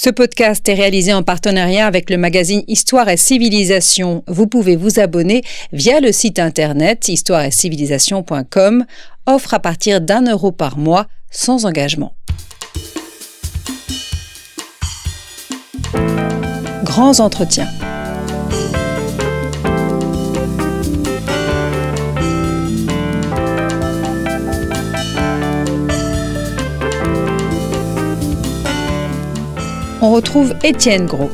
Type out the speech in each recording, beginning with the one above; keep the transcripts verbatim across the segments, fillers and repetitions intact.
Ce podcast est réalisé en partenariat avec le magazine Histoire et Civilisation. Vous pouvez vous abonner via le site internet histoire et civilisation point com, offre à partir d'un euro par mois, sans engagement. Grands entretiens. On retrouve Étienne Gros.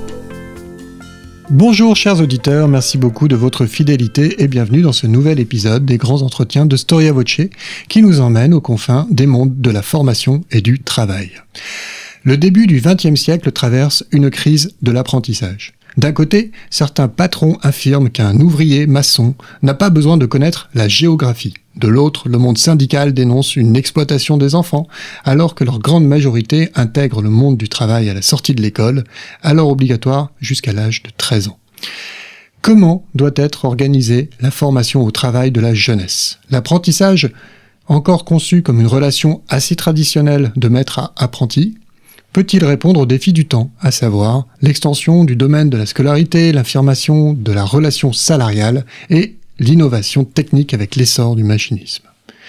Bonjour chers auditeurs, merci beaucoup de votre fidélité et bienvenue dans ce nouvel épisode des grands entretiens de Storia Voce qui nous emmène aux confins des mondes de la formation et du travail. Le début du vingtième siècle traverse une crise de l'apprentissage. D'un côté, certains patrons affirment qu'un ouvrier maçon n'a pas besoin de connaître la géographie. De l'autre, le monde syndical dénonce une exploitation des enfants, alors que leur grande majorité intègre le monde du travail à la sortie de l'école, alors obligatoire jusqu'à l'âge de treize ans. Comment doit être organisée la formation au travail de la jeunesse ? L'apprentissage, encore conçu comme une relation assez traditionnelle de maître à apprenti, peut-il répondre aux défis du temps, à savoir l'extension du domaine de la scolarité, l'affirmation de la relation salariale et l'innovation technique avec l'essor du machinisme.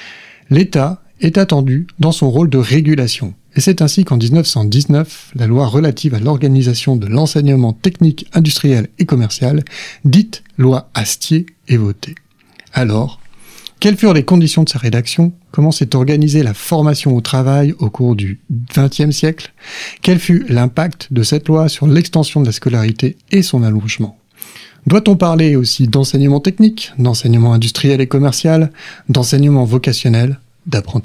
L'État est attendu dans son rôle de régulation, et c'est ainsi qu'en dix-neuf cent dix-neuf, la loi relative à l'organisation de l'enseignement technique, industriel et commercial, dite loi Astier, est votée. Alors, quelles furent les conditions de sa rédaction ? Comment s'est organisée la formation au travail au cours du vingtième siècle ? Quel fut l'impact de cette loi sur l'extension de la scolarité et son allongement ? Doit-on parler aussi d'enseignement technique, d'enseignement industriel et commercial, d'enseignement vocationnel, d'apprentissage ?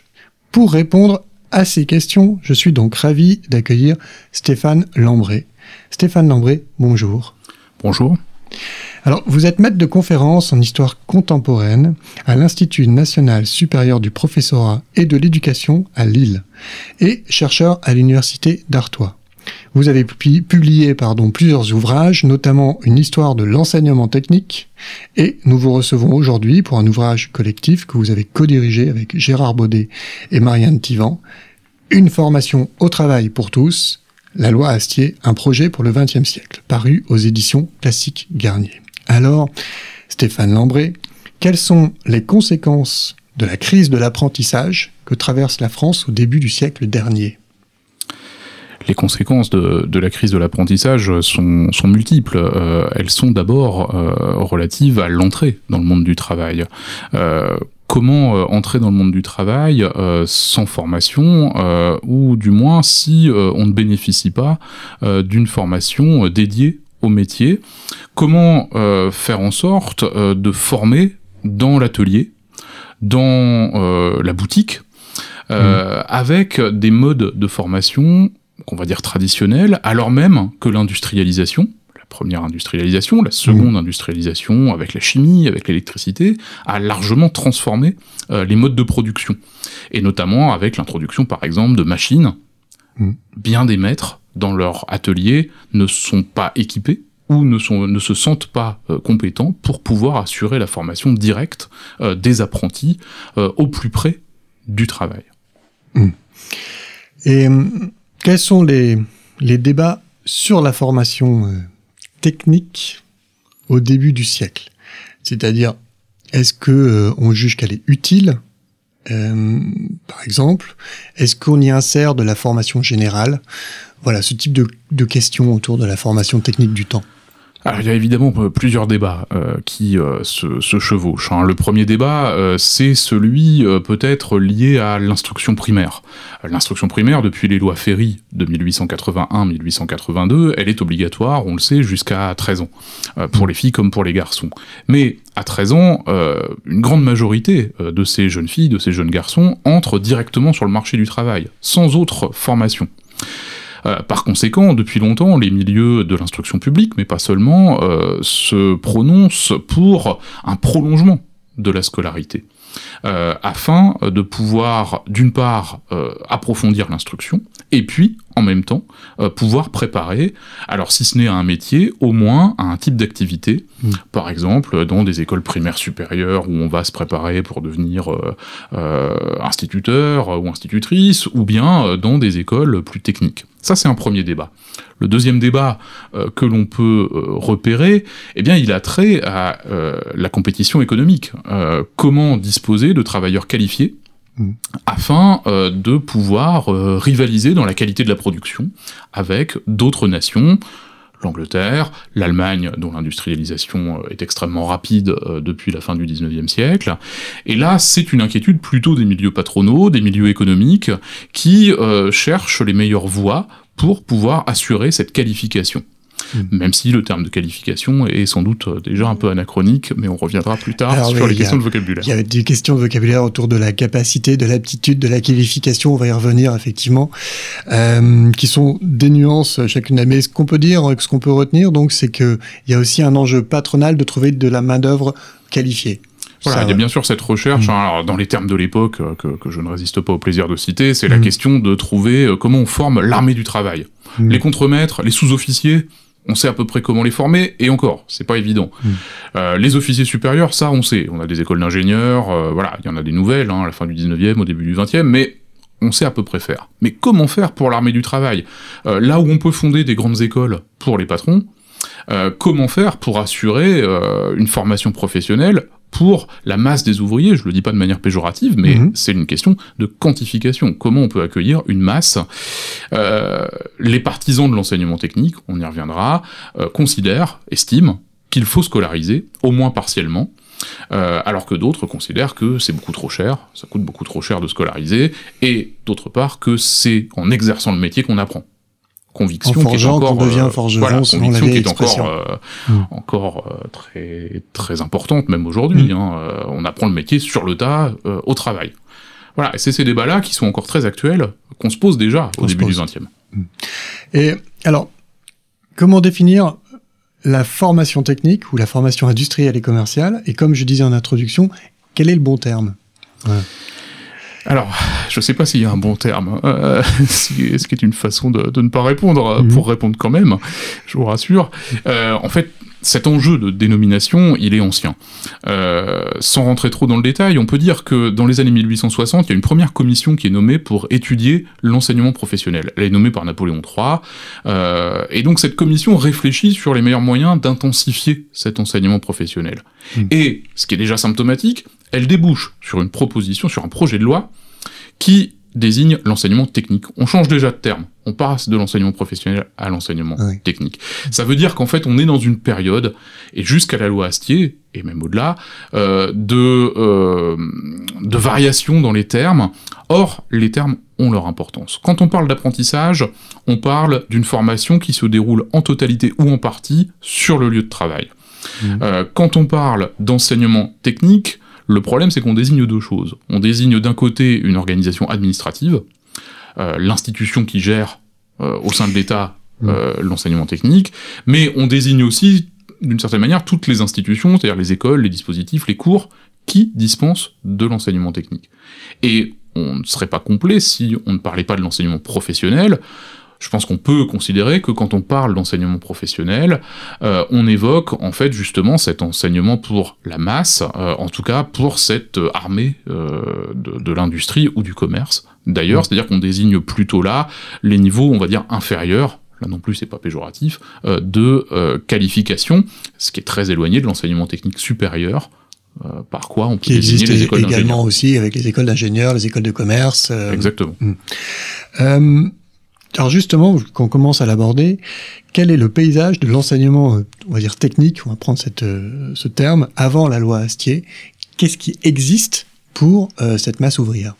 Pour répondre à ces questions, je suis donc ravi d'accueillir Stéphane Lambré. Stéphane Lambré, bonjour. Bonjour. Alors, vous êtes maître de conférences en histoire contemporaine à l'Institut national supérieur du professorat et de l'éducation à Lille et chercheur à l'université d'Artois. Vous avez publié pardon, plusieurs ouvrages, notamment une histoire de l'enseignement technique, et nous vous recevons aujourd'hui pour un ouvrage collectif que vous avez co-dirigé avec Gérard Baudet et Marianne Thivan, Une formation au travail pour tous, la loi Astier, un projet pour le vingtième siècle, paru aux éditions Classique Garnier. Alors, Stéphane Lambré, quelles sont les conséquences de la crise de l'apprentissage que traverse la France au début du siècle dernier ? Les conséquences de, de la crise de l'apprentissage sont, sont multiples. Euh, elles sont d'abord euh, relatives à l'entrée dans le monde du travail. Euh, comment euh, entrer dans le monde du travail euh, sans formation, euh, ou du moins si euh, on ne bénéficie pas euh, d'une formation dédiée au métier ? Comment euh, faire en sorte euh, de former dans l'atelier, dans euh, la boutique, euh, mmh. avec des modes de formation qu'on va dire traditionnelle, alors même que l'industrialisation, la première industrialisation, la seconde mmh. industrialisation, avec la chimie, avec l'électricité, a largement transformé euh, les modes de production. Et notamment avec l'introduction, par exemple, de machines. Mmh. Bien des maîtres, dans leur atelier, ne sont pas équipés ou ne, sont, ne se sentent pas euh, compétents pour pouvoir assurer la formation directe euh, des apprentis euh, au plus près du travail. Mmh. Et... Quels sont les, les débats sur la formation euh, technique au début du siècle ? C'est-à-dire, est-ce que euh, on juge qu'elle est utile, euh, par exemple ? Est-ce qu'on y insère de la formation générale ? Voilà, ce type de, de questions autour de la formation technique du temps. Alors, il y a évidemment plusieurs débats euh, qui euh, se, se chevauchent. Hein. Le premier débat, euh, c'est celui euh, peut-être lié à l'instruction primaire. L'instruction primaire, depuis les lois Ferry de mille huit cent quatre-vingt-un à mille huit cent quatre-vingt-deux, elle est obligatoire, on le sait, jusqu'à treize ans, euh, pour les filles comme pour les garçons. Mais à treize ans, euh, une grande majorité euh, de ces jeunes filles, de ces jeunes garçons, entrent directement sur le marché du travail, sans autre formation. Euh, par conséquent, depuis longtemps, les milieux de l'instruction publique, mais pas seulement, euh, se prononcent pour un prolongement de la scolarité, euh, afin de pouvoir, d'une part, euh, approfondir l'instruction, et puis, en même temps, euh, pouvoir préparer, alors si ce n'est à un métier, au moins à un type d'activité. Mmh. Par exemple, dans des écoles primaires supérieures où on va se préparer pour devenir euh, euh, instituteur ou institutrice, ou bien euh, dans des écoles plus techniques. Ça, c'est un premier débat. Le deuxième débat euh, que l'on peut euh, repérer, eh bien, il a trait à euh, la compétition économique. Euh, comment disposer de travailleurs qualifiés Mmh. afin euh, de pouvoir euh, rivaliser dans la qualité de la production avec d'autres nations, l'Angleterre, l'Allemagne, dont l'industrialisation euh, est extrêmement rapide euh, depuis la fin du dix-neuvième siècle. Et là, c'est une inquiétude plutôt des milieux patronaux, des milieux économiques, qui euh, cherchent les meilleures voies pour pouvoir assurer cette qualification. Mmh. Même si le terme de qualification est sans doute déjà un peu anachronique, mais on reviendra plus tard Alors, sur oui, les questions a, de vocabulaire. Il y a des questions de vocabulaire autour de la capacité, de l'aptitude, de la qualification, on va y revenir effectivement, euh, qui sont des nuances chacune. Mais ce qu'on peut dire, ce qu'on peut retenir, donc, c'est qu'il y a aussi un enjeu patronal de trouver de la main-d'œuvre qualifiée. Voilà, ça, il y a bien sûr cette recherche, mmh. hein, alors dans les termes de l'époque, euh, que, que je ne résiste pas au plaisir de citer, c'est mmh. la question de trouver euh, comment on forme l'armée du travail. Mmh. Les contremaîtres, les sous-officiers, on sait à peu près comment les former, et encore, c'est pas évident. Mmh. Euh, les officiers supérieurs, ça, on sait. On a des écoles d'ingénieurs, euh, voilà, il y en a des nouvelles, hein, à la fin du dix-neuvième, au début du vingtième, mais on sait à peu près faire. Mais comment faire pour l'armée du travail ? euh, Là où on peut fonder des grandes écoles pour les patrons, euh, comment faire pour assurer euh, une formation professionnelle pour la masse des ouvriers ? Je le dis pas de manière péjorative, mais mmh. c'est une question de quantification. Comment on peut accueillir une masse ? euh, Les partisans de l'enseignement technique, on y reviendra, euh, considèrent, estiment qu'il faut scolariser, au moins partiellement, euh, alors que d'autres considèrent que c'est beaucoup trop cher, ça coûte beaucoup trop cher de scolariser, et d'autre part que c'est en exerçant le métier qu'on apprend. Conviction en forgeant, qui est encore, qu'on devient forgeron, voilà, selon la conviction vieille qui est expression. encore, euh, mmh. encore euh, très, très importante, même aujourd'hui. Mmh. Hein, euh, on apprend le métier sur le tas, euh, au travail. Voilà, et c'est ces débats-là qui sont encore très actuels, qu'on se pose déjà qu'on au début pose. du vingtième. Mmh. Et alors, comment définir la formation technique ou la formation industrielle et commerciale ? Et comme je disais en introduction, quel est le bon terme ? Ouais. Alors, je ne sais pas s'il y a un bon terme, euh, ce qui est une façon de, de ne pas répondre, mmh. pour répondre quand même, je vous rassure. Euh, en fait, cet enjeu de dénomination, il est ancien. Euh, sans rentrer trop dans le détail, on peut dire que dans les années mille huit cent soixante, il y a une première commission qui est nommée pour étudier l'enseignement professionnel. Elle est nommée par Napoléon trois, euh, et donc cette commission réfléchit sur les meilleurs moyens d'intensifier cet enseignement professionnel. Mmh. Et, ce qui est déjà symptomatique, elle débouche sur une proposition, sur un projet de loi qui désigne l'enseignement technique. On change déjà de terme. On passe de l'enseignement professionnel à l'enseignement oui. technique. Ça veut dire qu'en fait, on est dans une période, et jusqu'à la loi Astier, et même au-delà, euh, de, euh, de variations dans les termes. Or, les termes ont leur importance. Quand on parle d'apprentissage, on parle d'une formation qui se déroule en totalité ou en partie sur le lieu de travail. Mmh. Euh, quand on parle d'enseignement technique, le problème, c'est qu'on désigne deux choses. On désigne d'un côté une organisation administrative, euh, l'institution qui gère euh, au sein de l'État euh, l'enseignement technique, mais on désigne aussi, d'une certaine manière, toutes les institutions, c'est-à-dire les écoles, les dispositifs, les cours, qui dispensent de l'enseignement technique. Et on ne serait pas complet si on ne parlait pas de l'enseignement professionnel. Je pense qu'on peut considérer que quand on parle d'enseignement professionnel, euh, on évoque en fait justement cet enseignement pour la masse, euh, en tout cas pour cette armée euh, de, de l'industrie ou du commerce. D'ailleurs, mmh. c'est-à-dire qu'on désigne plutôt là les niveaux, on va dire, inférieurs, là non plus c'est pas péjoratif, euh, de euh, qualification, ce qui est très éloigné de l'enseignement technique supérieur. Euh, par quoi on peut qui désigner les écoles d'ingénieurs. Également aussi avec les écoles d'ingénieurs, les écoles de commerce. Euh, Exactement. Mmh. Euh, Alors justement, quand on commence à l'aborder, quel est le paysage de l'enseignement, on va dire technique, on va prendre cette, euh, ce terme, avant la loi Astier? Qu'est-ce qui existe pour euh, cette masse ouvrière?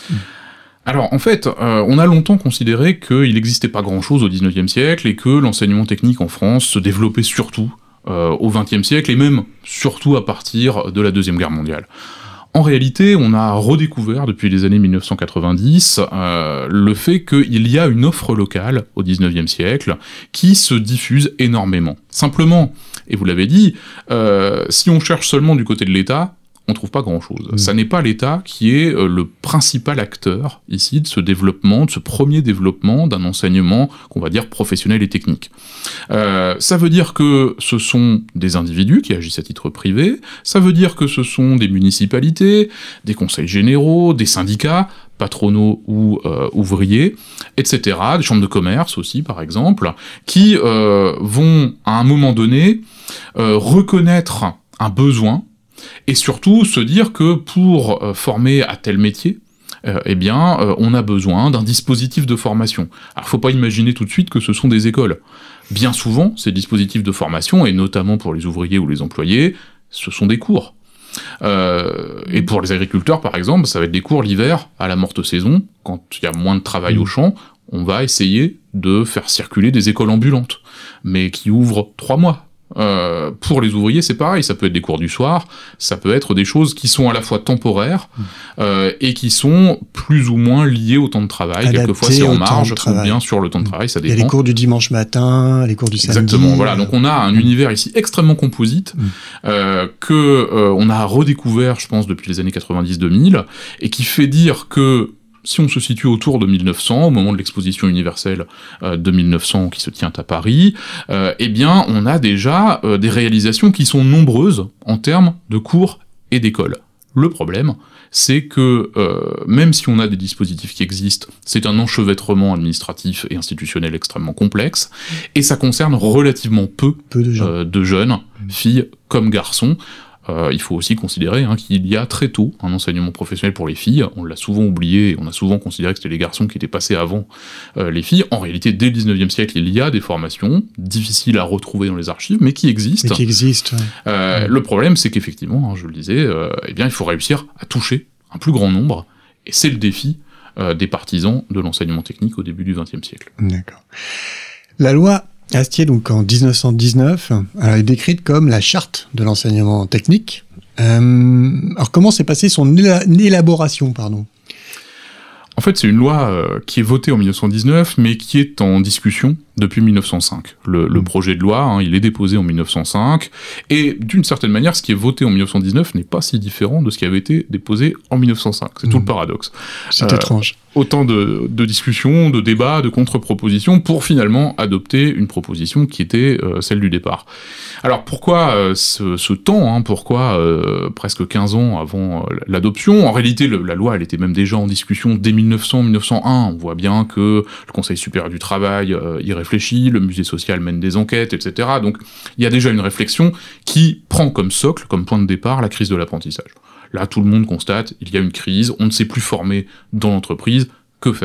Alors en fait, euh, on a longtemps considéré qu'il n'existait pas grand-chose au dix-neuvième siècle et que l'enseignement technique en France se développait surtout euh, au vingtième siècle et même surtout à partir de la Deuxième Guerre mondiale. En réalité, on a redécouvert depuis les années mille neuf cent quatre-vingt-dix euh, le fait qu'il y a une offre locale au dix-neuvième siècle qui se diffuse énormément. Simplement, et vous l'avez dit, euh, si on cherche seulement du côté de l'État, on trouve pas grand-chose. Mmh. Ça n'est pas l'État qui est euh, le principal acteur ici de ce développement, de ce premier développement d'un enseignement qu'on va dire professionnel et technique. Euh, ça veut dire que ce sont des individus qui agissent à titre privé, ça veut dire que ce sont des municipalités, des conseils généraux, des syndicats, patronaux ou euh, ouvriers, et cetera, des chambres de commerce aussi, par exemple, qui euh, vont, à un moment donné, euh, reconnaître un besoin, et surtout se dire que pour euh, former à tel métier, euh, eh bien, euh, on a besoin d'un dispositif de formation. Alors, faut pas imaginer tout de suite que ce sont des écoles. Bien souvent, ces dispositifs de formation, et notamment pour les ouvriers ou les employés, ce sont des cours. Euh, et pour les agriculteurs, par exemple, ça va être des cours l'hiver, à la morte saison, quand il y a moins de travail mmh. au champ, on va essayer de faire circuler des écoles ambulantes, mais qui ouvrent trois mois. Euh, pour les ouvriers, c'est pareil, ça peut être des cours du soir, ça peut être des choses qui sont à la fois temporaires mmh. euh, et qui sont plus ou moins liées au temps de travail. Adapté Quelquefois c'est en marge ou bien sur le temps de travail, ça dépend. Il y a les cours du dimanche matin, les cours du samedi. Exactement, voilà. Donc on a un mmh. univers ici extrêmement composite mmh. euh, que euh, on a redécouvert, je pense, depuis les années quatre-vingt-dix deux mille et qui fait dire que si on se situe autour de mille neuf cents, au moment de l'exposition universelle euh, de mille neuf cents qui se tient à Paris, euh, eh bien, on a déjà euh, des réalisations qui sont nombreuses en termes de cours et d'écoles. Le problème, c'est que euh, même si on a des dispositifs qui existent, c'est un enchevêtrement administratif et institutionnel extrêmement complexe, et ça concerne relativement peu, peu de, euh, de jeunes, mmh. filles comme garçons. Euh, il faut aussi considérer hein, qu'il y a très tôt un enseignement professionnel pour les filles. On l'a souvent oublié, on a souvent considéré que c'était les garçons qui étaient passés avant euh, les filles. En réalité, dès le dix-neuvième siècle, il y a des formations difficiles à retrouver dans les archives, mais qui existent. Mais qui existent. Ouais. Euh, ouais. Le problème, c'est qu'effectivement, hein, je le disais, euh, eh bien, il faut réussir à toucher un plus grand nombre, et c'est le défi euh, des partisans de l'enseignement technique au début du vingtième siècle. D'accord. La loi Astier, donc en dix-neuf cent dix-neuf, elle est décrite comme la charte de l'enseignement technique. Euh, alors comment s'est passée son éla- élaboration, pardon ? En fait, c'est une loi euh, qui est votée en dix-neuf cent dix-neuf, mais qui est en discussion depuis dix-neuf cent cinq. Le, le mmh. projet de loi, hein, il est déposé en dix-neuf cent cinq, et d'une certaine manière, ce qui est voté en dix-neuf cent dix-neuf n'est pas si différent de ce qui avait été déposé en dix-neuf cent cinq. C'est mmh. tout le paradoxe. C'est euh, étrange. Autant de, de discussions, de débats, de contre-propositions, pour finalement adopter une proposition qui était euh, celle du départ. Alors pourquoi euh, ce, ce temps, hein, pourquoi euh, presque quinze ans avant euh, l'adoption ? En réalité, le, la loi, elle était même déjà en discussion dès dix-neuf cents dix-neuf cent un. On voit bien que le Conseil supérieur du travail euh, y réfléchit, le musée social mène des enquêtes, et cetera. Donc il y a déjà une réflexion qui prend comme socle, comme point de départ, la crise de l'apprentissage. Là, tout le monde constate, il y a une crise, on ne sait plus former dans l'entreprise, que faire ?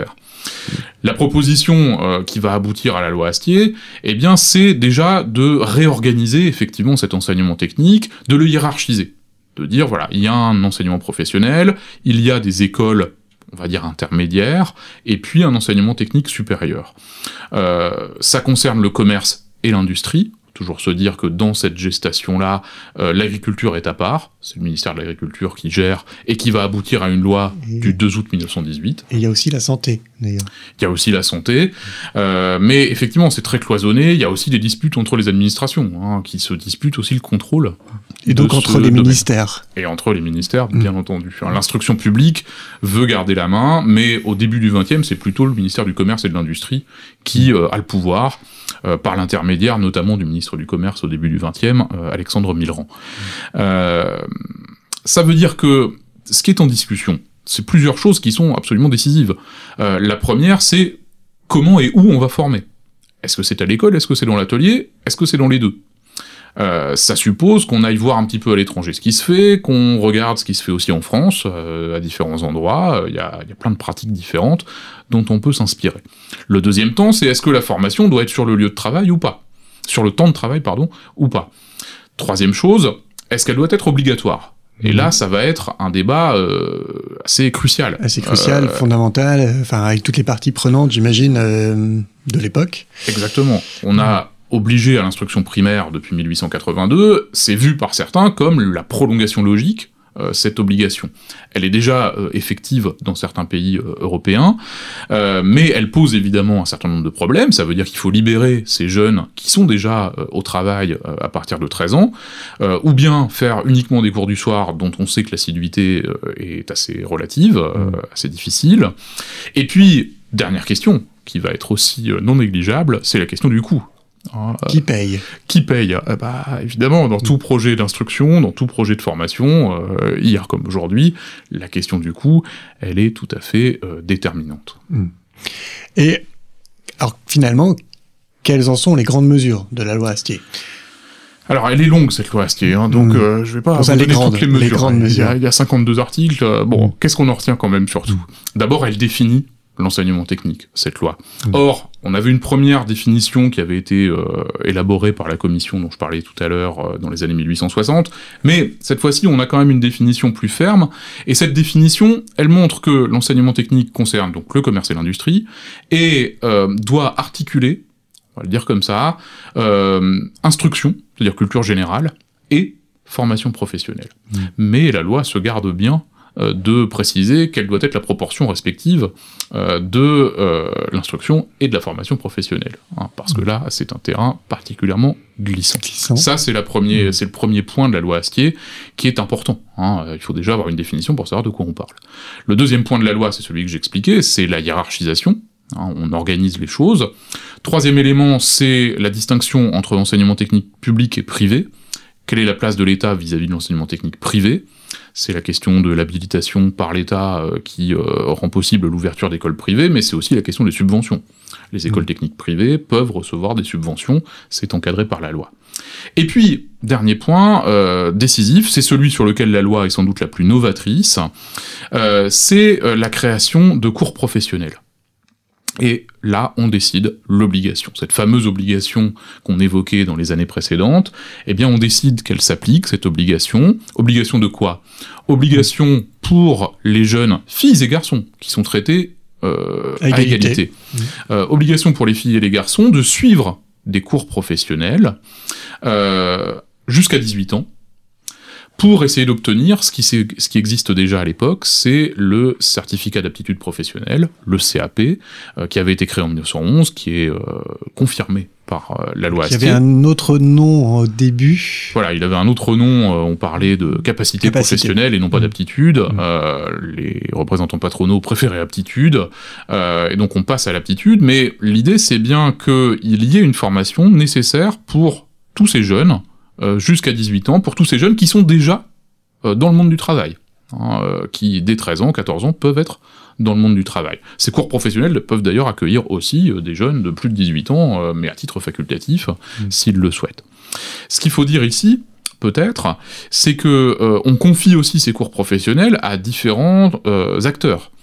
La proposition euh, qui va aboutir à la loi Astier, eh bien, c'est déjà de réorganiser effectivement cet enseignement technique, de le hiérarchiser, de dire, voilà, il y a un enseignement professionnel, il y a des écoles, on va dire intermédiaires, et puis un enseignement technique supérieur. Euh, ça concerne le commerce et l'industrie, toujours se dire que dans cette gestation-là, euh, l'agriculture est à part, c'est le ministère de l'Agriculture qui gère, et qui va aboutir à une loi et du deux août dix-neuf cent dix-huit. Et il y a aussi la santé, d'ailleurs. Il y a aussi la santé, euh, mais effectivement, c'est très cloisonné, il y a aussi des disputes entre les administrations, hein, qui se disputent aussi le contrôle. Et donc entre les domaine. ministères. Et entre les ministères, bien mmh. entendu. Enfin, l'instruction publique veut garder la main, mais au début du vingtième, c'est plutôt le ministère du Commerce et de l'Industrie qui euh, a le pouvoir, euh, par l'intermédiaire notamment du ministre du Commerce au début du vingtième, euh, Alexandre Millerand. Mmh. Euh, ça veut dire que ce qui est en discussion, c'est plusieurs choses qui sont absolument décisives. Euh, la première, c'est comment et où on va former. Est-ce que c'est à l'école ? Est-ce que c'est dans l'atelier ? Est-ce que c'est dans les deux ? Euh, ça suppose qu'on aille voir un petit peu à l'étranger ce qui se fait, qu'on regarde ce qui se fait aussi en France, euh, à différents endroits, il y a, y a plein de pratiques différentes dont on peut s'inspirer. Le deuxième temps, c'est est-ce que la formation doit être sur le lieu de travail ou pas ? Sur le temps de travail, pardon, ou pas ? Troisième chose, est-ce qu'elle doit être obligatoire ? Et là, ça va être un débat euh, assez crucial. Assez crucial, euh, fondamental, enfin avec toutes les parties prenantes, j'imagine, euh, de l'époque. Exactement. On a obligé à l'instruction primaire depuis mille huit cent quatre-vingt-deux, c'est vu par certains comme la prolongation logique euh, cette obligation. Elle est déjà euh, effective dans certains pays euh, européens, euh, mais elle pose évidemment un certain nombre de problèmes. Ça veut dire qu'il faut libérer ces jeunes qui sont déjà euh, au travail euh, à partir de treize ans, euh, ou bien faire uniquement des cours du soir dont on sait que l'assiduité euh, est assez relative, euh, assez difficile. Et puis, dernière question, qui va être aussi euh, non négligeable, c'est la question du coût. Hein, qui euh, paye Qui paye euh, bah, évidemment, dans mmh. tout projet d'instruction, dans tout projet de formation, euh, hier comme aujourd'hui, la question du coût, elle est tout à fait euh, déterminante. Mmh. Et alors finalement, quelles en sont les grandes mesures de la loi Astier ? Alors, elle est longue, cette loi Astier, hein, donc mmh. euh, je vais pas vous donner toutes les mesures. Les grandes mesures. Il y a, il y a cinquante-deux articles. Euh, bon, mmh. qu'est-ce qu'on en retient quand même, surtout ? mmh. D'abord, elle définit l'enseignement technique, cette loi. Mmh. Or, on avait une première définition qui avait été euh, élaborée par la commission dont je parlais tout à l'heure euh, dans les années mille huit cent soixante, mais cette fois-ci, on a quand même une définition plus ferme, et cette définition, elle montre que l'enseignement technique concerne donc le commerce et l'industrie, et euh, doit articuler, on va le dire comme ça, euh, instruction, c'est-à-dire culture générale, et formation professionnelle. Mmh. Mais la loi se garde bien euh, de préciser quelle doit être la proportion respective euh, de euh, l'instruction et de la formation professionnelle. Hein, parce mmh. que là, c'est un terrain particulièrement glissant. glissant. Ça, c'est, la premier, mmh. c'est le premier point de la loi Astier qui est important. Hein, il faut déjà avoir une définition pour savoir de quoi on parle. Le deuxième point de la loi, c'est celui que j'expliquais, c'est la hiérarchisation. Hein, on organise les choses. Troisième élément, c'est la distinction entre l'enseignement technique public et privé. Quelle est la place de l'État vis-à-vis de l'enseignement technique privé ? C'est la question de l'habilitation par l'État euh, qui euh, rend possible l'ouverture d'écoles privées, mais c'est aussi la question des subventions. Les écoles mmh. techniques privées peuvent recevoir des subventions, c'est encadré par la loi. Et puis, dernier point euh, décisif, c'est celui sur lequel la loi est sans doute la plus novatrice, euh, c'est euh, la création de cours professionnels. Et là, on décide l'obligation. Cette fameuse obligation qu'on évoquait dans les années précédentes, eh bien, on décide qu'elle s'applique, cette obligation. Obligation de quoi ? Obligation pour les jeunes filles et garçons qui sont traités euh, à égalité. À égalité. Mmh. Euh, obligation pour les filles et les garçons de suivre des cours professionnels euh, jusqu'à dix-huit ans, pour essayer d'obtenir ce qui, ce qui existe déjà à l'époque, c'est le certificat d'aptitude professionnelle, le C A P, euh, qui avait été créé en mille neuf cent onze, qui est euh, confirmé par euh, la loi Astier. Il y avait un autre nom au début. Voilà, il avait un autre nom, euh, on parlait de capacité, capacité. professionnelle et non pas mmh. d'aptitude. Mmh. Euh, les représentants patronaux préféraient aptitude, euh, et donc on passe à l'aptitude, mais l'idée c'est bien qu'il y ait une formation nécessaire pour tous ces jeunes, Euh, jusqu'à dix-huit ans, pour tous ces jeunes qui sont déjà euh, dans le monde du travail, hein, euh, qui dès treize ans, quatorze ans, peuvent être dans le monde du travail. Ces cours professionnels peuvent d'ailleurs accueillir aussi euh, des jeunes de plus de dix-huit ans, euh, mais à titre facultatif, mmh. s'ils le souhaitent. Ce qu'il faut dire ici, peut-être, c'est que euh, on confie aussi ces cours professionnels à différents euh, acteurs.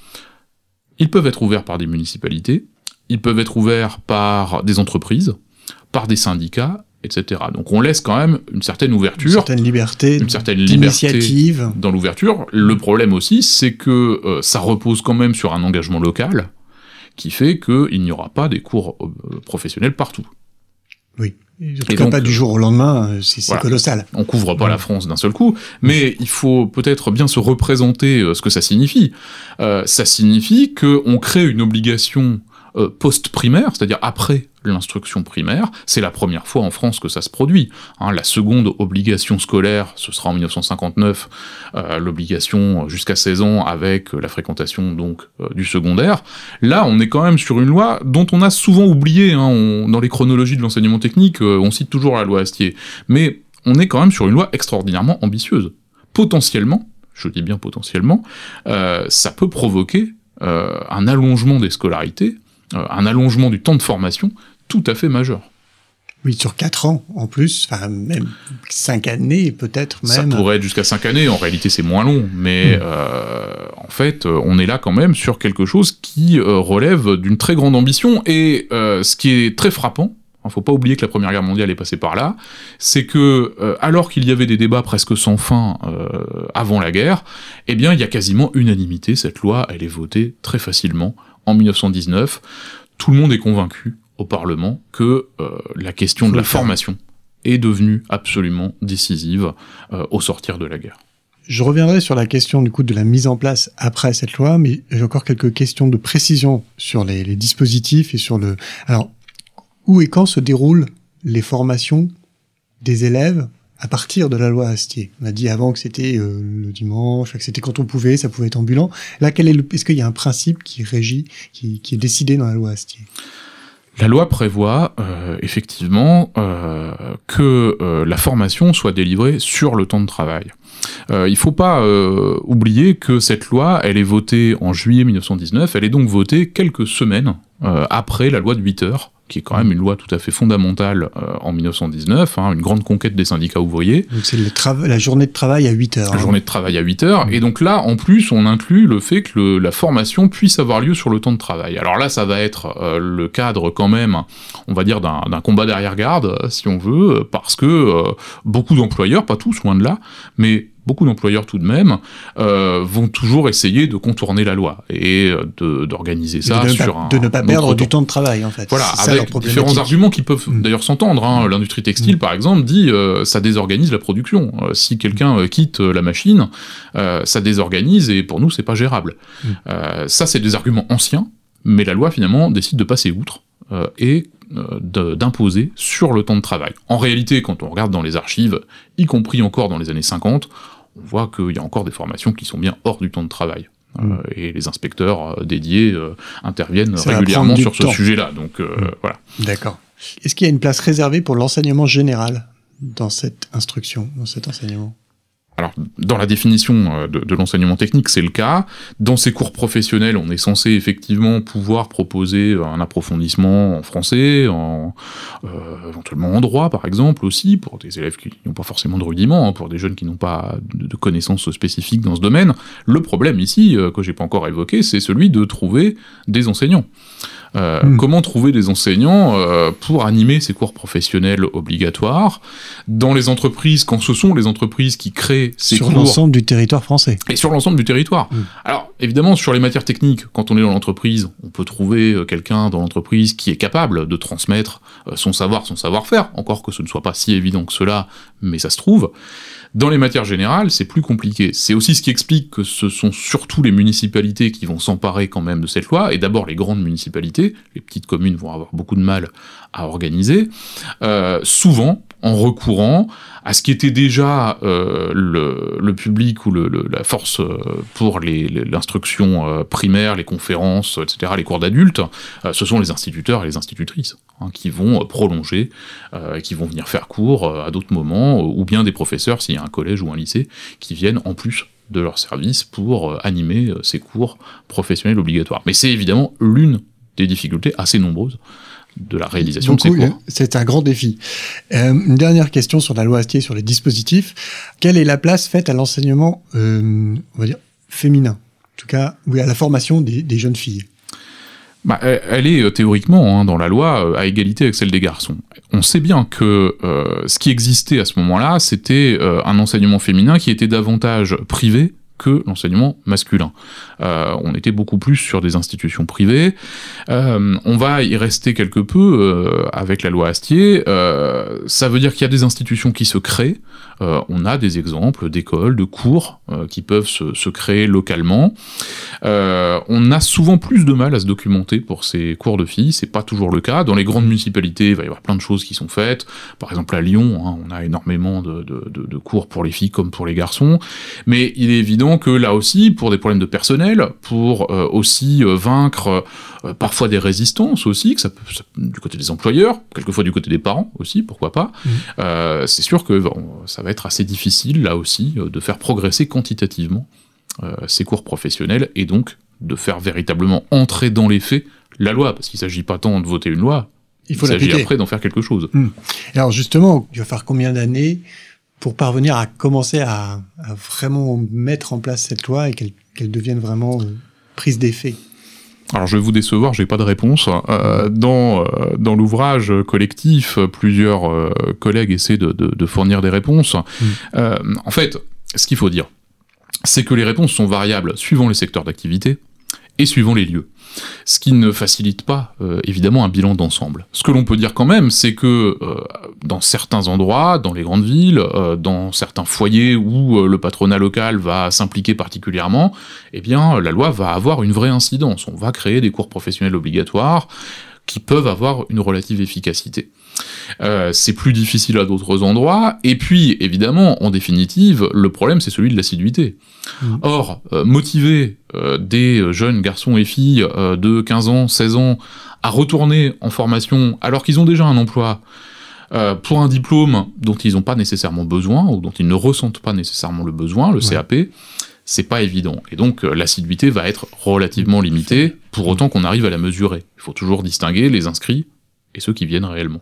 Ils peuvent être ouverts par des municipalités, ils peuvent être ouverts par des entreprises, par des syndicats, et cetera. Donc on laisse quand même une certaine ouverture, une certaine liberté, une certaine liberté dans l'ouverture. Le problème aussi, c'est que euh, ça repose quand même sur un engagement local qui fait qu'il n'y aura pas des cours euh, professionnels partout. Oui, en tout cas donc, pas du jour au lendemain, c'est, c'est voilà, colossal. On couvre pas ouais. la France d'un seul coup, mais il faut peut-être bien se représenter euh, ce que ça signifie. Euh, ça signifie qu'on crée une obligation euh, post-primaire, c'est-à-dire après l'instruction primaire, c'est la première fois en France que ça se produit. Hein, la seconde obligation scolaire, ce sera en mille neuf cent cinquante-neuf, euh, l'obligation jusqu'à seize ans avec la fréquentation donc euh, du secondaire. Là, on est quand même sur une loi dont on a souvent oublié, hein, on, dans les chronologies de l'enseignement technique, euh, on cite toujours la loi Astier, mais on est quand même sur une loi extraordinairement ambitieuse. Potentiellement, je dis bien potentiellement, euh, ça peut provoquer euh, un allongement des scolarités, euh, un allongement du temps de formation tout à fait majeur. Oui, sur quatre ans en plus, enfin même cinq années peut-être même. Ça pourrait être jusqu'à cinq années, en réalité c'est moins long, mais mmh. euh, en fait on est là quand même sur quelque chose qui euh, relève d'une très grande ambition, et euh, ce qui est très frappant, il ne faut pas oublier que la Première Guerre mondiale est passée par là, c'est que euh, alors qu'il y avait des débats presque sans fin euh, avant la guerre, eh bien il y a quasiment unanimité, cette loi elle est votée très facilement en mille neuf cent dix-neuf, tout le monde est convaincu au Parlement que euh, la question Faut de la formation est devenue absolument décisive euh, au sortir de la guerre. Je reviendrai sur la question du coup de la mise en place après cette loi, mais j'ai encore quelques questions de précision sur les, les dispositifs et sur le... Alors, où et quand se déroulent les formations des élèves à partir de la loi Astier? On a dit avant que c'était euh, le dimanche, que c'était quand on pouvait, ça pouvait être ambulant. Là, quel est le... est-ce qu'il y a un principe qui régit, qui, qui est décidé dans la loi Astier? La loi prévoit euh, effectivement euh, que euh, la formation soit délivrée sur le temps de travail. Euh, il faut pas euh, oublier que cette loi, elle est votée en juillet mille neuf cent dix-neuf, elle est donc votée quelques semaines euh, après la loi de huit heures, qui est quand même une loi tout à fait fondamentale euh, en mille neuf cent dix-neuf, hein, une grande conquête des syndicats ouvriers. Donc c'est le tra- la journée de travail à huit heures. La hein. journée de travail à huit heures, mmh. Et donc là, en plus, on inclut le fait que le, la formation puisse avoir lieu sur le temps de travail. Alors là, ça va être euh, le cadre quand même, on va dire, d'un, d'un combat d'arrière-garde, si on veut, parce que euh, beaucoup d'employeurs, pas tous, loin de là, mais beaucoup d'employeurs tout de même, euh, vont toujours essayer de contourner la loi et de, d'organiser ça de sur pas, un... De ne pas perdre temps. du temps de travail, en fait. Voilà, c'est avec ça, différents arguments qui peuvent mmh. d'ailleurs s'entendre. Hein. Mmh. L'industrie textile, mmh. par exemple, dit euh, ça désorganise la production. Euh, si quelqu'un euh, quitte euh, la machine, euh, ça désorganise et pour nous, c'est pas gérable. Mmh. Euh, ça, c'est des arguments anciens, mais la loi, finalement, décide de passer outre euh, et De, d'imposer sur le temps de travail. En réalité, quand on regarde dans les archives, y compris encore dans les années cinquante, on voit qu'il y a encore des formations qui sont bien hors du temps de travail. Mmh. Euh, et les inspecteurs euh, dédiés euh, interviennent Ça régulièrement sur ce temps. sujet-là. Donc, euh, mmh. voilà. D'accord. Est-ce qu'il y a une place réservée pour l'enseignement général dans cette instruction, dans cet enseignement ? Alors, dans la définition de, de l'enseignement technique, c'est le cas. Dans ces cours professionnels, on est censé effectivement pouvoir proposer un approfondissement en français, en, euh, éventuellement en droit, par exemple, aussi, pour des élèves qui n'ont pas forcément de rudiments, hein, pour des jeunes qui n'ont pas de, de connaissances spécifiques dans ce domaine. Le problème ici, euh, que j'ai pas encore évoqué, c'est celui de trouver des enseignants. Euh, mmh. Comment trouver des enseignants euh, pour animer ces cours professionnels obligatoires dans les entreprises, quand ce sont les entreprises qui créent ces sur cours... Sur l'ensemble du territoire français. Et sur l'ensemble du territoire. Mmh. Alors, évidemment, sur les matières techniques, quand on est dans l'entreprise, on peut trouver euh, quelqu'un dans l'entreprise qui est capable de transmettre euh, son savoir, son savoir-faire, encore que ce ne soit pas si évident que cela, mais ça se trouve. Dans les matières générales, c'est plus compliqué. C'est aussi ce qui explique que ce sont surtout les municipalités qui vont s'emparer quand même de cette loi, et d'abord les grandes municipalités, les petites communes vont avoir beaucoup de mal à organiser, euh, souvent en recourant à ce qui était déjà euh, le, le public ou le, le, la force euh, pour les, les, l'instruction euh, primaire, les conférences, et cetera, les cours d'adultes, euh, ce sont les instituteurs et les institutrices hein, qui vont euh, prolonger, euh, qui vont venir faire cours euh, à d'autres moments, euh, ou bien des professeurs, s'il y a un collège ou un lycée, qui viennent en plus de leur service pour euh, animer euh, ces cours professionnels obligatoires. Mais c'est évidemment l'une des difficultés assez nombreuses de la réalisation Donc, de ces oui, cours. C'est un grand défi. Euh, une dernière question sur la loi Astier, sur les dispositifs. Quelle est la place faite à l'enseignement, euh, on va dire, féminin ? En tout cas, oui, à la formation des, des jeunes filles. Bah, elle est euh, théoriquement hein, dans la loi euh, à égalité avec celle des garçons. On sait bien que euh, ce qui existait à ce moment-là, c'était euh, un enseignement féminin qui était davantage privé que l'enseignement masculin. Euh, on était beaucoup plus sur des institutions privées. Euh, on va y rester quelque peu euh, avec la loi Astier. Euh, ça veut dire qu'il y a des institutions qui se créent. Euh, on a des exemples d'écoles, de cours euh, qui peuvent se, se créer localement. Euh, on a souvent plus de mal à se documenter pour ces cours de filles. C'est pas toujours le cas. Dans les grandes municipalités, il va y avoir plein de choses qui sont faites. Par exemple, à Lyon, hein, on a énormément de, de, de, de cours pour les filles comme pour les garçons. Mais il est évident que là aussi, pour des problèmes de personnel, pour euh, aussi euh, vaincre euh, parfois des résistances aussi, que ça peut, ça, du côté des employeurs, quelquefois du côté des parents aussi, pourquoi pas, mmh. euh, c'est sûr que bon, ça va être assez difficile là aussi euh, de faire progresser quantitativement euh, ces cours professionnels et donc de faire véritablement entrer dans les faits la loi, parce qu'il ne s'agit pas tant de voter une loi, il, faut il s'agit après d'en faire quelque chose. Mmh. Alors justement, il va falloir combien d'années pour parvenir à commencer à, à vraiment mettre en place cette loi et qu'elle, qu'elle devienne vraiment euh, prise d'effet? Alors je vais vous décevoir, j'ai pas de réponse. Euh, dans, euh, dans l'ouvrage collectif, plusieurs euh, collègues essaient de, de, de fournir des réponses. Mmh. Euh, en fait, ce qu'il faut dire, c'est que les réponses sont variables suivant les secteurs d'activité et suivant les lieux. Ce qui ne facilite pas, euh, évidemment, un bilan d'ensemble. Ce que l'on peut dire quand même, c'est que euh, dans certains endroits, dans les grandes villes, euh, dans certains foyers où euh, le patronat local va s'impliquer particulièrement, eh bien, la loi va avoir une vraie incidence. On va créer des cours professionnels obligatoires qui peuvent avoir une relative efficacité. Euh, c'est plus difficile à d'autres endroits, et puis, évidemment, en définitive, le problème, c'est celui de l'assiduité. Mmh. Or, euh, motiver euh, des jeunes garçons et filles euh, de quinze ans, seize ans, à retourner en formation, alors qu'ils ont déjà un emploi, euh, pour un diplôme dont ils n'ont pas nécessairement besoin, ou dont ils ne ressentent pas nécessairement le besoin, le ouais. C A P, c'est pas évident. Et donc, euh, l'assiduité va être relativement limitée, pour autant qu'on arrive à la mesurer. Il faut toujours distinguer les inscrits et ceux qui viennent réellement.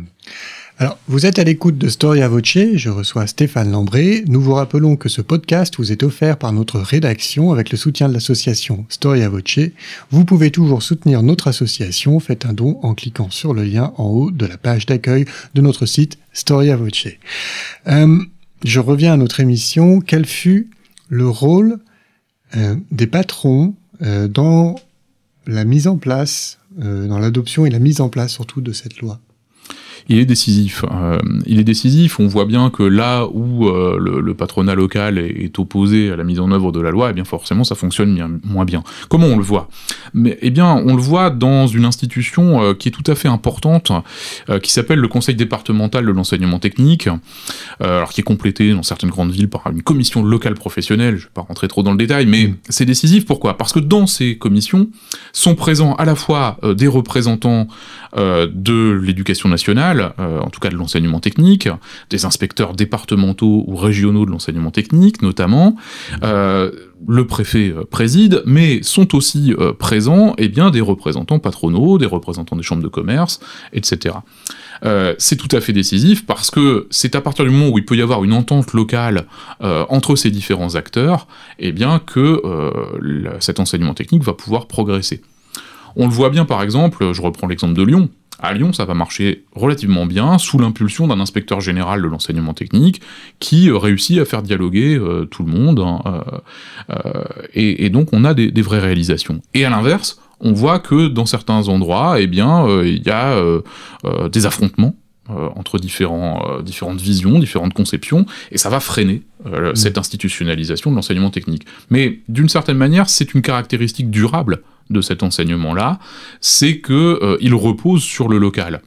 Alors, vous êtes à l'écoute de Storia Voce, je reçois Stéphane Lambré. Nous vous rappelons que ce podcast vous est offert par notre rédaction avec le soutien de l'association Storia Voce. Vous pouvez toujours soutenir notre association, faites un don en cliquant sur le lien en haut de la page d'accueil de notre site Storia Voce. Euh, je reviens à notre émission. Quel fut le rôle euh, des patrons euh, dans la mise en place, euh, dans l'adoption et la mise en place surtout de cette loi ? Il est décisif. Euh, il est décisif. On voit bien que là où euh, le, le patronat local est, est opposé à la mise en œuvre de la loi, eh bien forcément ça fonctionne bien, moins bien. Comment on le voit ? Mais eh bien, on le voit dans une institution euh, qui est tout à fait importante, euh, qui s'appelle le Conseil départemental de l'enseignement technique, euh, alors qui est complété dans certaines grandes villes par une commission locale professionnelle. Je ne vais pas rentrer trop dans le détail, mais mmh. c'est décisif. Pourquoi ? Parce que dans ces commissions sont présents à la fois euh, des représentants euh, de l'éducation nationale, Euh, en tout cas de l'enseignement technique, des inspecteurs départementaux ou régionaux de l'enseignement technique notamment, euh, le préfet euh, préside, mais sont aussi euh, présents eh bien, des représentants patronaux, des représentants des chambres de commerce, et cetera. Euh, c'est tout à fait décisif parce que c'est à partir du moment où il peut y avoir une entente locale euh, entre ces différents acteurs, eh bien que euh, la, cet enseignement technique va pouvoir progresser. On le voit bien par exemple, je reprends l'exemple de Lyon. À Lyon, ça va marcher relativement bien, sous l'impulsion d'un inspecteur général de l'enseignement technique qui euh, réussit à faire dialoguer euh, tout le monde, hein, euh, euh, et, et donc on a des, des vraies réalisations. Et à l'inverse, on voit que dans certains endroits, eh bien, euh, il y a euh, euh, des affrontements euh, entre différents, euh, différentes visions, différentes conceptions, et ça va freiner euh, mmh. cette institutionnalisation de l'enseignement technique. Mais d'une certaine manière, c'est une caractéristique durable de cet enseignement-là, c'est que euh, il repose sur le local.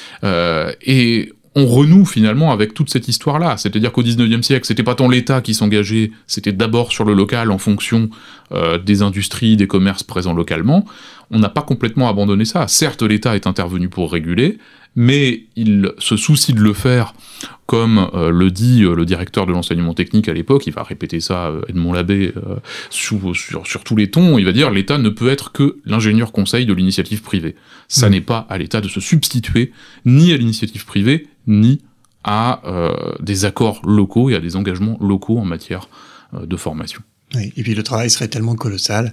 Euh, et on renoue finalement avec toute cette histoire-là, c'est-à-dire qu'au dix-neuvième siècle, c'était pas tant l'État qui s'engageait, c'était d'abord sur le local en fonction euh, des industries, des commerces présents localement. On n'a pas complètement abandonné ça. Certes, l'État est intervenu pour réguler, mais il se soucie de le faire, comme euh, le dit euh, le directeur de l'enseignement technique à l'époque, il va répéter ça, euh, Edmond Labbé, euh, sur, sur, sur tous les tons, il va dire « l'État ne peut être que l'ingénieur conseil de l'initiative privée ». Ça mmh. n'est pas à l'État de se substituer ni à l'initiative privée, ni à euh, des accords locaux et à des engagements locaux en matière euh, de formation. Oui, et puis le travail serait tellement colossal,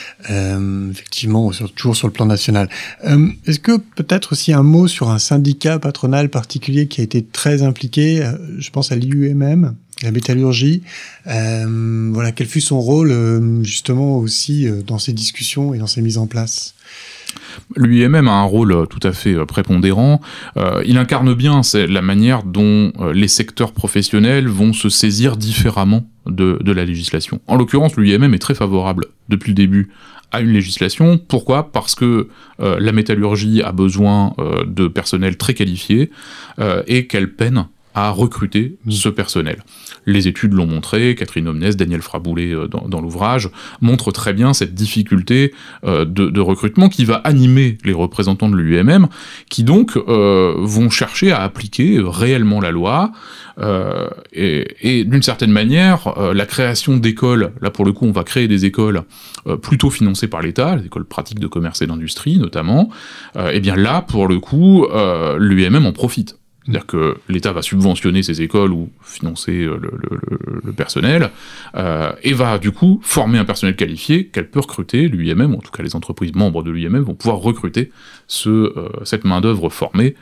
euh, effectivement, sur, toujours sur le plan national. Euh, est-ce que peut-être aussi un mot sur un syndicat patronal particulier qui a été très impliqué, euh, je pense à l'I U M M, la métallurgie, euh, voilà, quel fut son rôle euh, justement aussi euh, dans ces discussions et dans ces mises en place ? L'U I M M a un rôle tout à fait prépondérant. Euh, il incarne bien c'est la manière dont euh, les secteurs professionnels vont se saisir différemment de, de la législation. En l'occurrence, l'U I M M est très favorable depuis le début à une législation. Pourquoi ? Parce que euh, la métallurgie a besoin euh, de personnel très qualifié euh, et qu'elle peine à recruter ce personnel. Les études l'ont montré, Catherine Omnès, Daniel Fraboulet euh, dans, dans l'ouvrage, montrent très bien cette difficulté euh, de, de recrutement qui va animer les représentants de l'U I M M, qui donc euh, vont chercher à appliquer réellement la loi, euh, et, et d'une certaine manière, euh, la création d'écoles, là pour le coup on va créer des écoles euh, plutôt financées par l'État, les écoles pratiques de commerce et d'industrie notamment, euh, et bien là pour le coup, euh, l'U I M M en profite. C'est-à-dire que l'État va subventionner ces écoles ou financer le, le, le personnel, euh, et va du coup former un personnel qualifié qu'elle peut recruter, l'U I M M, ou en tout cas les entreprises membres de l'U I M M vont pouvoir recruter ce, euh, cette main-d'œuvre formée, mmh.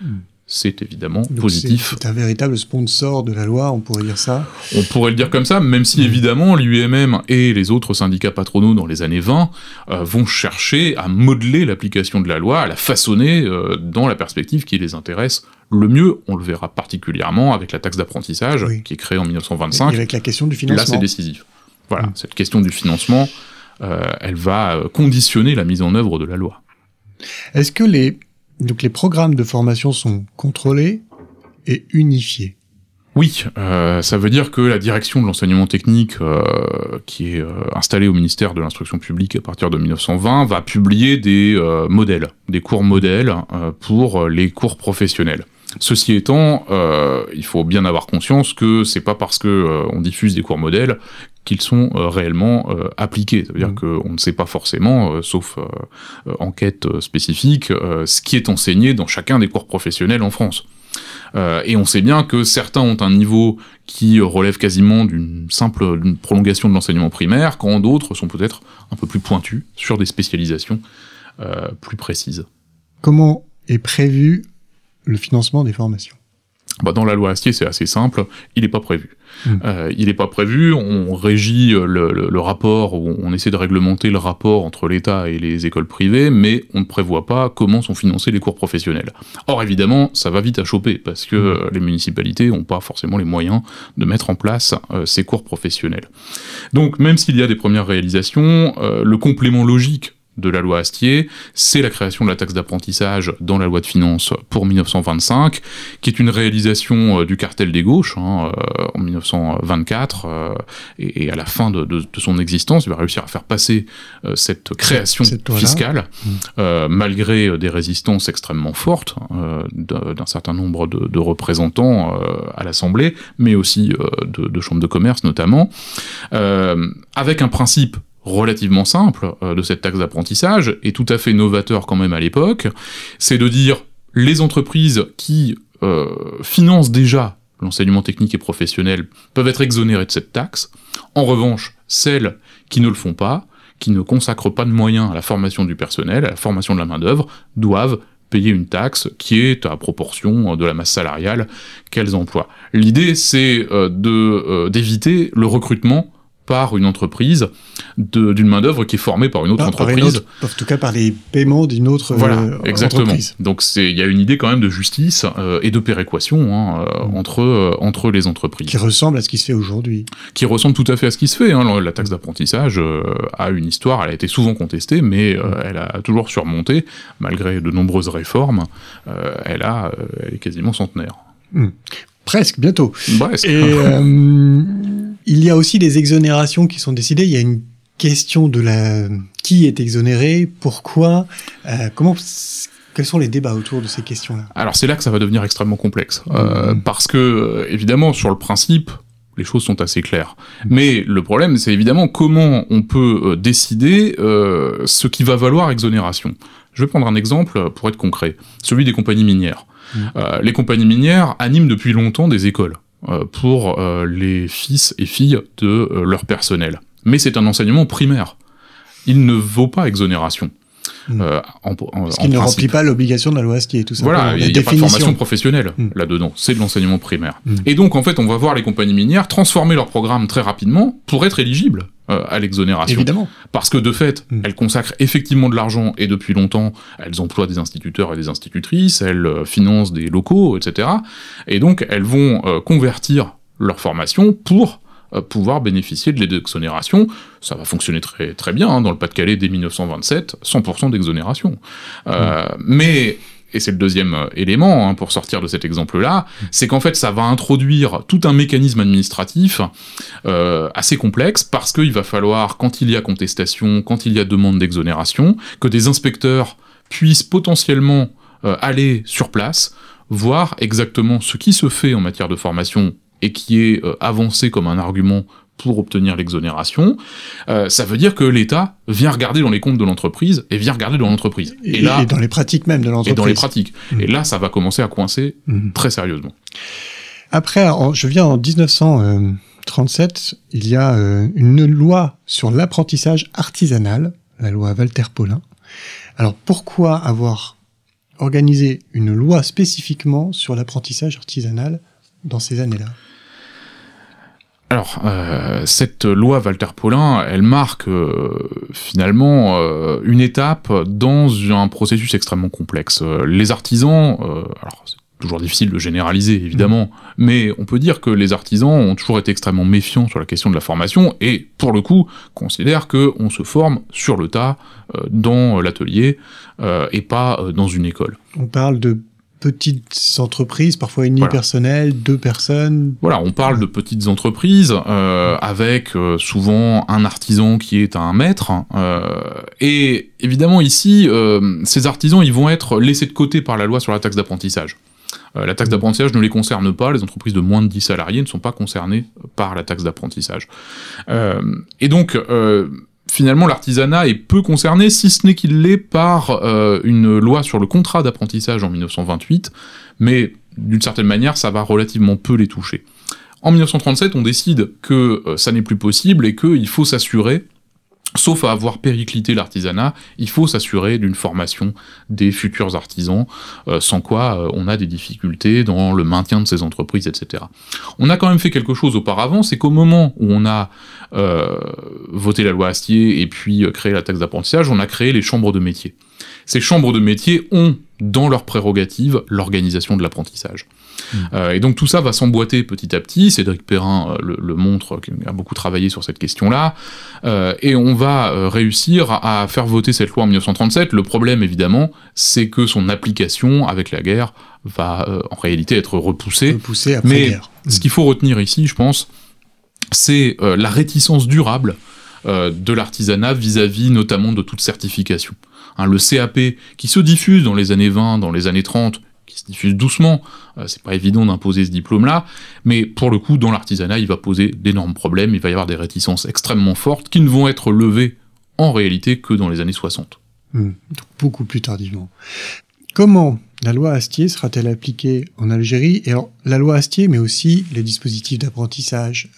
c'est évidemment Donc positif. C'est, c'est un véritable sponsor de la loi, on pourrait dire ça. On pourrait le dire comme ça, même si mmh. évidemment l'U M M et les autres syndicats patronaux dans les années vingt euh, vont chercher à modeler l'application de la loi, à la façonner euh, dans la perspective qui les intéresse le mieux. On le verra particulièrement avec la taxe d'apprentissage oui. qui est créée en dix-neuf cent vingt-cinq. Et avec la question du financement. Là, c'est décisif. Voilà, mmh. cette question du financement, euh, elle va conditionner la mise en œuvre de la loi. Est-ce que les Donc les programmes de formation sont contrôlés et unifiés. Oui, euh, ça veut dire que la direction de l'enseignement technique, euh, qui est euh, installée au ministère de l'Instruction publique à partir de dix-neuf cent vingt, va publier des euh, modèles, des cours modèles euh, pour les cours professionnels. Ceci étant, euh, il faut bien avoir conscience que c'est pas parce que euh, on diffuse des cours modèles qu'ils sont euh, réellement euh, appliqués. Ça veut dire mmh. qu'on ne sait pas forcément, euh, sauf euh, euh, enquête euh, spécifique, euh, ce qui est enseigné dans chacun des cours professionnels en France. Euh, et on sait bien que certains ont un niveau qui relève quasiment d'une simple d'une prolongation de l'enseignement primaire, quand d'autres sont peut-être un peu plus pointus sur des spécialisations euh, plus précises. Comment est prévu le financement des formations ? Bah dans la loi Astier, c'est assez simple, il n'est pas prévu. Mmh. Euh, il n'est pas prévu, on régit le, le, le rapport, on essaie de réglementer le rapport entre l'État et les écoles privées, mais on ne prévoit pas comment sont financés les cours professionnels. Or, évidemment, ça va vite à choper, parce que mmh. les municipalités n'ont pas forcément les moyens de mettre en place euh, ces cours professionnels. Donc, même s'il y a des premières réalisations, euh, le complément logique de la loi Astier, c'est la création de la taxe d'apprentissage dans la loi de finances pour dix-neuf cent vingt-cinq, qui est une réalisation euh, du cartel des gauches hein, euh, en dix-neuf cent vingt-quatre, euh, et, et à la fin de, de, de son existence, il va réussir à faire passer euh, cette création cette fiscale, mmh. euh, malgré des résistances extrêmement fortes euh, d'un certain nombre de, de représentants euh, à l'Assemblée, mais aussi euh, de, de chambres de commerce notamment, euh, avec un principe relativement simple euh, de cette taxe d'apprentissage, et tout à fait novateur quand même à l'époque, c'est de dire les entreprises qui euh, financent déjà l'enseignement technique et professionnel peuvent être exonérées de cette taxe. En revanche, celles qui ne le font pas, qui ne consacrent pas de moyens à la formation du personnel, à la formation de la main-d'œuvre, doivent payer une taxe qui est à proportion de la masse salariale qu'elles emploient. L'idée, c'est euh, de, euh, d'éviter le recrutement par une entreprise de, d'une main-d'œuvre qui est formée par une autre par, entreprise. Par une autre, en tout cas, par les paiements d'une autre voilà, euh, exactement. entreprise. Donc, il y a une idée quand même de justice euh, et de péréquation hein, euh, mmh. entre, euh, entre les entreprises. Qui ressemble à ce qui se fait aujourd'hui. Qui ressemble tout à fait à ce qui se fait. Hein. La taxe d'apprentissage euh, a une histoire, elle a été souvent contestée, mais euh, mmh. elle a toujours surmonté, malgré de nombreuses réformes, euh, elle, a, euh, elle est quasiment centenaire. Mmh. Presque, bientôt. Presque. Et euh, il y a aussi des exonérations qui sont décidées. Il y a une question de la qui est exonéré, pourquoi, euh, comment, quels sont les débats autour de ces questions-là ? Alors c'est là que ça va devenir extrêmement complexe, mmh. euh, parce que évidemment sur le principe, les choses sont assez claires. Mmh. Mais le problème, c'est évidemment comment on peut euh, décider euh, ce qui va valoir exonération. Je vais prendre un exemple pour être concret, celui des compagnies minières. Mmh. Euh, les compagnies minières animent depuis longtemps des écoles euh, pour euh, les fils et filles de euh, leur personnel. Mais c'est un enseignement primaire. Il ne vaut pas exonération. Mmh. Euh, en, en, Parce qu'il ne remplit pas l'obligation de la loi Astier, tout ça. Voilà, il n'y a pas de formation professionnelle mmh. là-dedans, c'est de l'enseignement primaire. Mmh. Et donc, en fait, on va voir les compagnies minières transformer leur programme très rapidement pour être éligibles euh, à l'exonération. Évidemment. Parce que, de fait, mmh. elles consacrent effectivement de l'argent, et depuis longtemps, elles emploient des instituteurs et des institutrices, elles euh, financent des locaux, et cetera. Et donc, elles vont euh, convertir leur formation pour pouvoir bénéficier de l'exonération. Ça va fonctionner très, très bien, hein, dans le Pas-de-Calais, dès dix-neuf cent vingt-sept, cent pour cent d'exonération. Euh, mmh. Mais, et c'est le deuxième élément, hein, pour sortir de cet exemple-là, mmh. c'est qu'en fait, ça va introduire tout un mécanisme administratif euh, assez complexe, parce qu'il va falloir, quand il y a contestation, quand il y a demande d'exonération, que des inspecteurs puissent potentiellement euh, aller sur place, voir exactement ce qui se fait en matière de formation et qui est euh, avancé comme un argument pour obtenir l'exonération, euh, ça veut dire que l'État vient regarder dans les comptes de l'entreprise et vient regarder dans l'entreprise. Et, et, là, et dans les pratiques même de l'entreprise. Et dans les pratiques. Mmh. Et là, ça va commencer à coincer mmh. très sérieusement. Après, en, je viens en dix-neuf cent trente-sept, il y a euh, une loi sur l'apprentissage artisanal, la loi Walter Paulin. Alors, pourquoi avoir organisé une loi spécifiquement sur l'apprentissage artisanal dans ces années-là? Alors, euh, cette loi Walter-Paulin, elle marque euh, finalement euh, une étape dans un processus extrêmement complexe. Euh, les artisans, euh, alors c'est toujours difficile de généraliser évidemment, mmh. mais on peut dire que les artisans ont toujours été extrêmement méfiants sur la question de la formation et pour le coup considèrent qu'on se forme sur le tas euh, dans l'atelier euh, et pas euh, dans une école. On parle de petites entreprises, parfois unipersonnelles, voilà. deux personnes. Voilà, on parle de petites entreprises euh, avec euh, souvent un artisan qui est un maître. Euh, et évidemment ici, euh, ces artisans, ils vont être laissés de côté par la loi sur la taxe d'apprentissage. Euh, la taxe d'apprentissage ne les concerne pas, les entreprises de moins de dix salariés ne sont pas concernées par la taxe d'apprentissage. Euh, et donc... Euh, Finalement, l'artisanat est peu concerné, si ce n'est qu'il l'est par euh, une loi sur le contrat d'apprentissage en dix-neuf cent vingt-huit, mais d'une certaine manière, ça va relativement peu les toucher. En dix-neuf cent trente-sept, on décide que euh, ça n'est plus possible et qu'il faut s'assurer, sauf à avoir périclité l'artisanat, il faut s'assurer d'une formation des futurs artisans, euh, sans quoi euh, on a des difficultés dans le maintien de ces entreprises, et cetera. On a quand même fait quelque chose auparavant, c'est qu'au moment où on a euh, voté la loi Astier et puis euh, créé la taxe d'apprentissage, on a créé les chambres de métiers. Ces chambres de métiers ont dans leurs prérogatives l'organisation de l'apprentissage. Mmh. Euh, et donc tout ça va s'emboîter petit à petit, Cédric Perrin euh, le, le montre, qui a beaucoup travaillé sur cette question-là, euh, et on va euh, réussir à faire voter cette loi en dix-neuf cent trente-sept. Le problème, évidemment, c'est que son application, avec la guerre, va euh, en réalité être repoussée. Repoussée après Mais guerre. Mmh. Ce qu'il faut retenir ici, je pense, c'est euh, la réticence durable euh, de l'artisanat vis-à-vis notamment de toute certification. Hein, le C A P, qui se diffuse dans les années vingt, dans les années trente, qui se diffuse doucement, euh, c'est pas évident d'imposer ce diplôme-là, mais pour le coup, dans l'artisanat, il va poser d'énormes problèmes, il va y avoir des réticences extrêmement fortes qui ne vont être levées en réalité que dans les années soixante. Mmh, donc beaucoup plus tardivement. Comment la loi Astier sera-t-elle appliquée en Algérie? Et alors, la loi Astier, mais aussi les dispositifs d'apprentissage.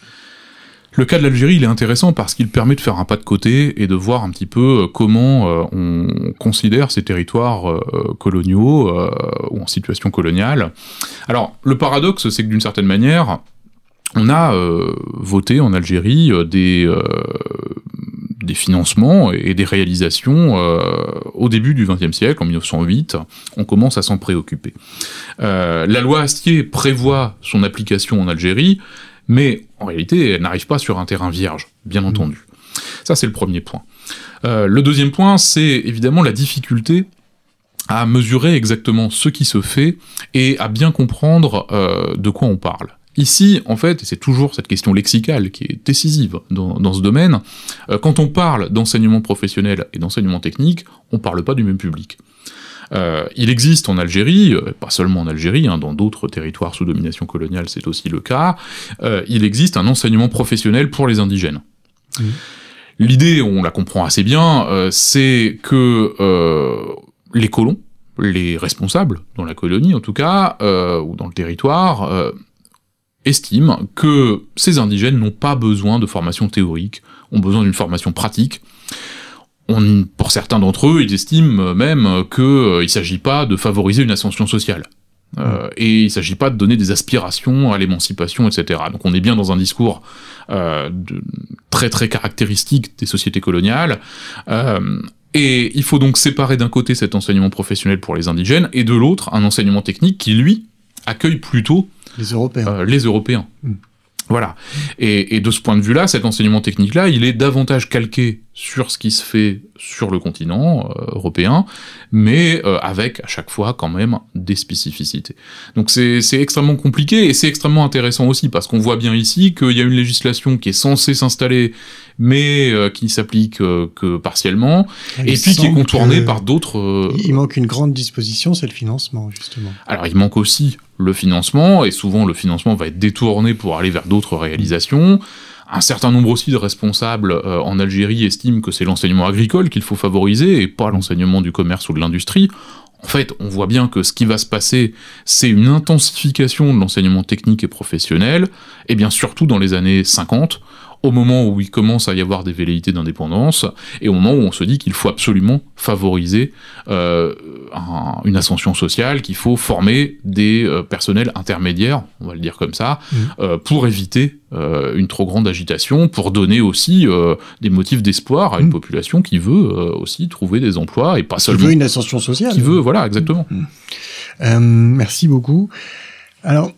Le cas de l'Algérie, il est intéressant parce qu'il permet de faire un pas de côté et de voir un petit peu comment euh, on considère ces territoires euh, coloniaux euh, ou en situation coloniale. Alors, le paradoxe, c'est que d'une certaine manière, on a euh, voté en Algérie euh, des, euh, des financements et des réalisations euh, au début du vingtième siècle, en dix-neuf cent huit, on commence à s'en préoccuper. Euh, la loi Astier prévoit son application en Algérie, mais en réalité, elle n'arrive pas sur un terrain vierge, bien entendu. Ça, c'est le premier point. Euh, le deuxième point, c'est évidemment la difficulté à mesurer exactement ce qui se fait et à bien comprendre euh, de quoi on parle. Ici, en fait, et c'est toujours cette question lexicale qui est décisive dans, dans ce domaine, euh, quand on parle d'enseignement professionnel et d'enseignement technique, on ne parle pas du même public. Euh, il existe en Algérie, euh, pas seulement en Algérie, hein, dans d'autres territoires sous domination coloniale c'est aussi le cas, euh, il existe un enseignement professionnel pour les indigènes. Mmh. L'idée, on la comprend assez bien, euh, c'est que euh, les colons, les responsables, dans la colonie en tout cas, euh, ou dans le territoire, euh, estiment que ces indigènes n'ont pas besoin de formation théorique, ont besoin d'une formation pratique. On, pour certains d'entre eux, ils estiment même qu'il euh, ne s'agit pas de favoriser une ascension sociale. Euh, et il ne s'agit pas de donner des aspirations à l'émancipation, et cetera. Donc on est bien dans un discours euh, de, très très caractéristique des sociétés coloniales. Euh, et il faut donc séparer d'un côté cet enseignement professionnel pour les indigènes, et de l'autre un enseignement technique qui, lui, accueille plutôt les Européens. Euh, les Européens. Mmh. Voilà. Et, et de ce point de vue-là, cet enseignement technique-là, il est davantage calqué sur ce qui se fait sur le continent euh, européen, mais euh, avec à chaque fois quand même des spécificités. Donc c'est, c'est extrêmement compliqué et c'est extrêmement intéressant aussi, parce qu'on voit bien ici qu'il y a une législation qui est censée s'installer, mais euh, qui s'applique euh, que partiellement, il et puis qui est contournée par d'autres... Euh... Il manque une grande disposition, c'est le financement, justement. Alors il manque aussi le financement, et souvent le financement va être détourné pour aller vers d'autres réalisations. Un certain nombre aussi de responsables euh, en Algérie estiment que c'est l'enseignement agricole qu'il faut favoriser, et pas l'enseignement du commerce ou de l'industrie. En fait, on voit bien que ce qui va se passer, c'est une intensification de l'enseignement technique et professionnel, et bien surtout dans les années cinquante, au moment où il commence à y avoir des velléités d'indépendance, et au moment où on se dit qu'il faut absolument favoriser euh, un, une ascension sociale, qu'il faut former des euh, personnels intermédiaires, on va le dire comme ça, mmh. euh, pour éviter euh, une trop grande agitation, pour donner aussi euh, des motifs d'espoir à une mmh. population qui veut euh, aussi trouver des emplois, et pas qui seulement... Qui veut une ascension sociale. Qui veut, voilà, exactement. Mmh. Euh, merci beaucoup. Alors,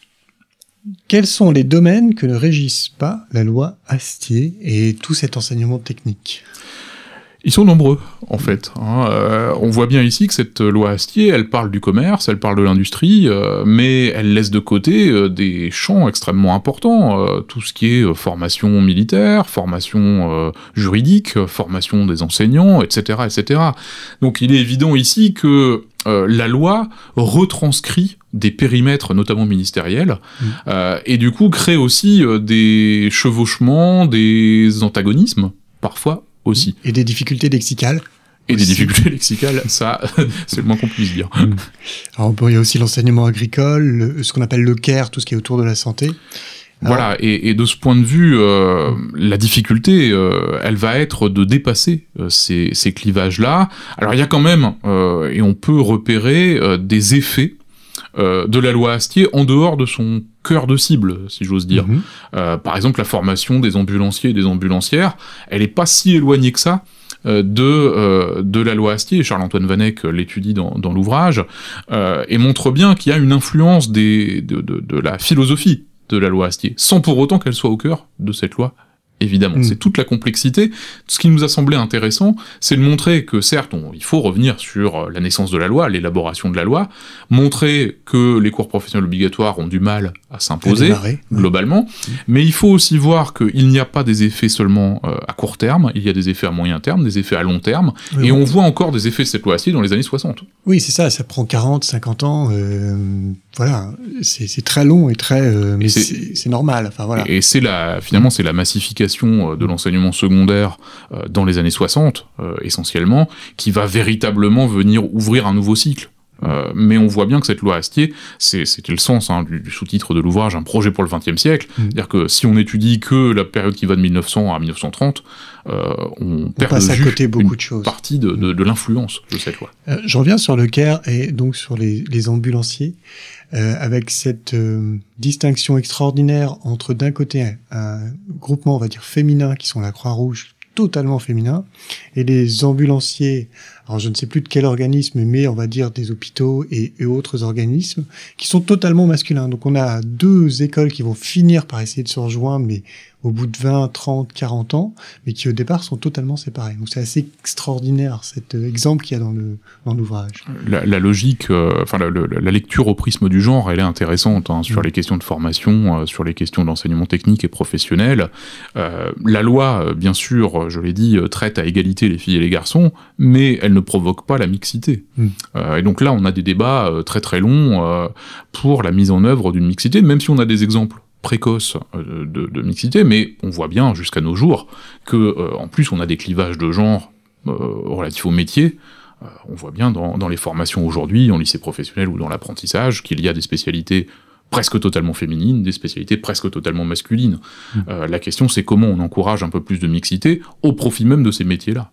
quels sont les domaines que ne régissent pas la loi Astier et tout cet enseignement technique ? Ils sont nombreux, en fait. Hein. Euh, on voit bien ici que cette loi Astier, elle parle du commerce, elle parle de l'industrie, euh, mais elle laisse de côté euh, des champs extrêmement importants. Euh, tout ce qui est euh, formation militaire, formation euh, juridique, euh, formation des enseignants, et cetera, et cetera. Donc il est évident ici que euh, la loi retranscrit des périmètres, notamment ministériels, mmh. euh, et du coup crée aussi euh, des chevauchements, des antagonismes, parfois, aussi. Et des difficultés lexicales. Et aussi. des difficultés lexicales, ça, c'est le moins qu'on puisse dire. Alors, il y a aussi l'enseignement agricole, le, ce qu'on appelle le care, tout ce qui est autour de la santé. Alors, voilà, et, et de ce point de vue, euh, la difficulté, euh, elle va être de dépasser euh, ces, ces clivages-là. Alors, il y a quand même, euh, et on peut repérer euh, des effets Euh, de la loi Astier en dehors de son cœur de cible, si j'ose dire. Mmh. Euh, par exemple, la formation des ambulanciers et des ambulancières, elle est pas si éloignée que ça euh, de, euh, de la loi Astier. Charles-Antoine Vanek l'étudie dans, dans l'ouvrage, euh, et montre bien qu'il y a une influence des, de, de, de la philosophie de la loi Astier, sans pour autant qu'elle soit au cœur de cette loi. Évidemment, mmh. c'est toute la complexité. Ce qui nous a semblé intéressant, c'est de montrer que, certes, on, il faut revenir sur la naissance de la loi, l'élaboration de la loi, montrer que les cours professionnels obligatoires ont du mal à s'imposer, à globalement, mmh. mais il faut aussi voir qu'il n'y a pas des effets seulement euh, à court terme, il y a des effets à moyen terme, des effets à long terme, oui, et oui. on voit encore des effets de cette loi Astier dans les années soixante. Oui, c'est ça, ça prend quarante, cinquante ans, euh, voilà, c'est, c'est très long et très... Euh, mais c'est, c'est, c'est normal, enfin voilà. Et, et c'est la, finalement, c'est la massification de l'enseignement secondaire euh, dans les années soixante, euh, essentiellement, qui va véritablement venir ouvrir un nouveau cycle. Euh, mais on voit bien que cette loi Astier, c'est, c'était le sens hein, du, du sous-titre de l'ouvrage, un projet pour le vingtième siècle. Mmh. C'est-à-dire que si on étudie que la période qui va de mille neuf cents à mille neuf cent trente, euh, on, on perd passe de à vue côté beaucoup une de choses. Partie de, de, de l'influence de cette loi. Euh, je reviens sur le care et donc sur les, les ambulanciers, euh, avec cette euh, distinction extraordinaire entre d'un côté un, un groupement, on va dire féminin, qui sont la Croix-Rouge, totalement féminin, et les ambulanciers, alors je ne sais plus de quel organisme, mais on va dire des hôpitaux et, et autres organismes, qui sont totalement masculins. Donc on a deux écoles qui vont finir par essayer de se rejoindre, mais au bout de vingt, trente, quarante ans, mais qui au départ sont totalement séparés. Donc c'est assez extraordinaire cet exemple qu'il y a dans le dans l'ouvrage. La, la logique, euh, enfin la, la, la lecture au prisme du genre, elle est intéressante hein, sur mmh. les questions de formation, euh, sur les questions d'enseignement technique et professionnel. Euh, la loi, euh, bien sûr, je l'ai dit, euh, traite à égalité les filles et les garçons, mais elle ne provoque pas la mixité. Mmh. Euh, et donc là, on a des débats euh, très très longs euh, pour la mise en œuvre d'une mixité, même si on a des exemples précoce de, de mixité, mais on voit bien jusqu'à nos jours que euh, en plus on a des clivages de genre euh, relatifs au métier. Euh, on voit bien dans, dans les formations aujourd'hui, en lycée professionnel ou dans l'apprentissage, qu'il y a des spécialités presque totalement féminines, des spécialités presque totalement masculines. Mmh. Euh, la question c'est comment on encourage un peu plus de mixité au profit même de ces métiers-là.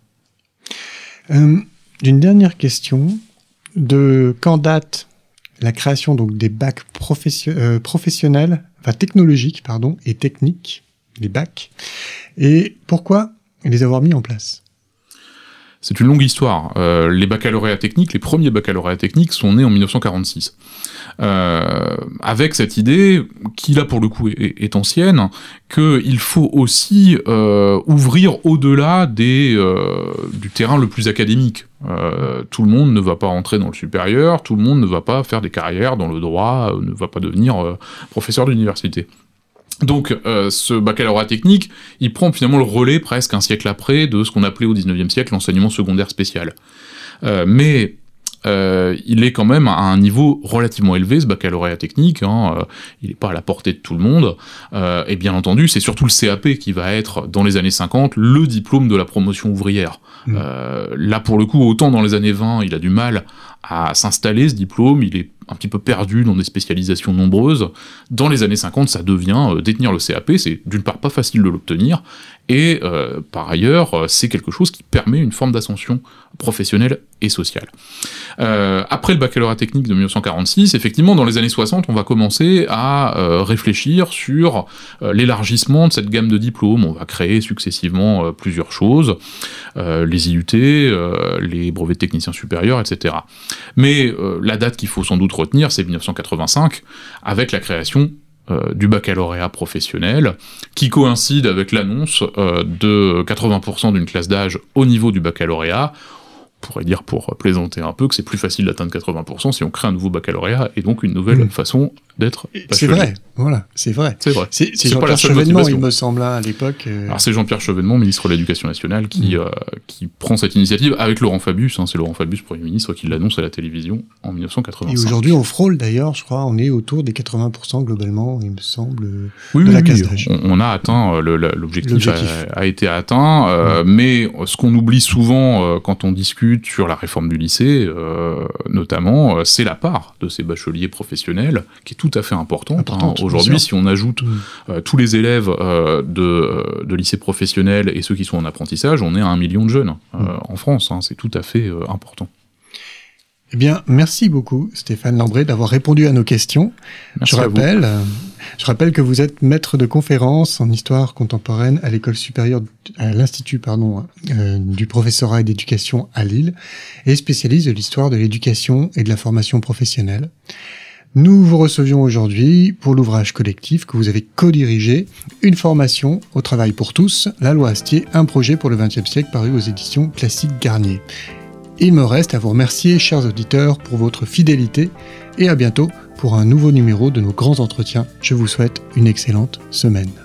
Euh, une dernière question, de quand date la création donc des bacs profession- euh, professionnels, enfin technologiques, pardon, et techniques, les bacs, et pourquoi les avoir mis en place ? C'est une longue histoire. Euh, les baccalauréats techniques, les premiers baccalauréats techniques sont nés en dix-neuf cent quarante-six. Euh, avec cette idée, qui là pour le coup est, est ancienne, qu'il faut aussi euh, ouvrir au-delà des, euh, du terrain le plus académique. Euh, tout le monde ne va pas entrer dans le supérieur, tout le monde ne va pas faire des carrières dans le droit, ne va pas devenir euh, professeur d'université. Donc euh, ce baccalauréat technique, il prend finalement le relais presque un siècle après de ce qu'on appelait au dix-neuvième siècle l'enseignement secondaire spécial. Euh, mais euh, il est quand même à un niveau relativement élevé, ce baccalauréat technique, hein, euh, il n'est pas à la portée de tout le monde, euh, et bien entendu c'est surtout le C A P qui va être, dans les années cinquante, le diplôme de la promotion ouvrière. Mmh. Euh, là pour le coup, autant dans les années vingt, il a du mal à s'installer ce diplôme, il est un petit peu perdu dans des spécialisations nombreuses. Dans les années cinquante, ça devient euh, détenir le C A P, c'est d'une part pas facile de l'obtenir, et euh, par ailleurs, euh, c'est quelque chose qui permet une forme d'ascension professionnelle et sociale. Euh, après le baccalauréat technique de mille neuf cent quarante-six, effectivement, dans les années soixante, on va commencer à euh, réfléchir sur euh, l'élargissement de cette gamme de diplômes. On va créer successivement euh, plusieurs choses, euh, les I U T, euh, les brevets de techniciens supérieurs, et cetera. Mais euh, la date qu'il faut sans doute retenir, c'est mille neuf cent quatre-vingt-cinq, avec la création euh, du baccalauréat professionnel, qui coïncide avec l'annonce euh, de quatre-vingts pour cent d'une classe d'âge au niveau du baccalauréat. On pourrait dire, pour plaisanter un peu, que c'est plus facile d'atteindre quatre-vingts pour cent si on crée un nouveau baccalauréat, et donc une nouvelle mmh. façon d'être bachelier. C'est vrai, voilà, c'est vrai. C'est vrai. C'est, c'est, c'est Jean-Pierre Chevènement, il me semble, hein, à l'époque. Euh... Alors c'est Jean-Pierre Chevènement, ministre de l'Éducation nationale, qui, mmh. euh, qui prend cette initiative avec Laurent Fabius, hein, c'est Laurent Fabius, Premier ministre, qui l'annonce à la télévision en mille neuf cent quatre-vingt-cinq. Et aujourd'hui, on frôle d'ailleurs, je crois, on est autour des quatre-vingts pour cent globalement, il me semble, oui, de oui, la oui, classe d'âge. On, on a atteint, le, le, l'objectif, l'objectif. A, a été atteint, euh, mmh. mais ce qu'on oublie souvent euh, quand on discute sur la réforme du lycée, euh, notamment, euh, c'est la part de ces bacheliers professionnels qui est tout à fait importante. Importante hein. Aujourd'hui, si on ajoute mmh. euh, tous les élèves euh, de, euh, de lycée professionnel et ceux qui sont en apprentissage, on est à un million de jeunes euh, mmh. en France. Hein. C'est tout à fait euh, important. Eh bien, merci beaucoup Stéphane Lambré d'avoir répondu à nos questions. Merci je rappelle, euh, je rappelle que vous êtes maître de conférences en histoire contemporaine à l'école supérieure, à l'institut pardon euh, du professorat et d'éducation à Lille, et spécialiste de l'histoire de l'éducation et de la formation professionnelle. Nous vous recevions aujourd'hui pour l'ouvrage collectif que vous avez co-dirigé, Une formation au travail pour tous, la loi Astier, un projet pour le vingtième siècle paru aux éditions Classique Garnier. Il me reste à vous remercier, chers auditeurs, pour votre fidélité et à bientôt pour un nouveau numéro de nos grands entretiens. Je vous souhaite une excellente semaine.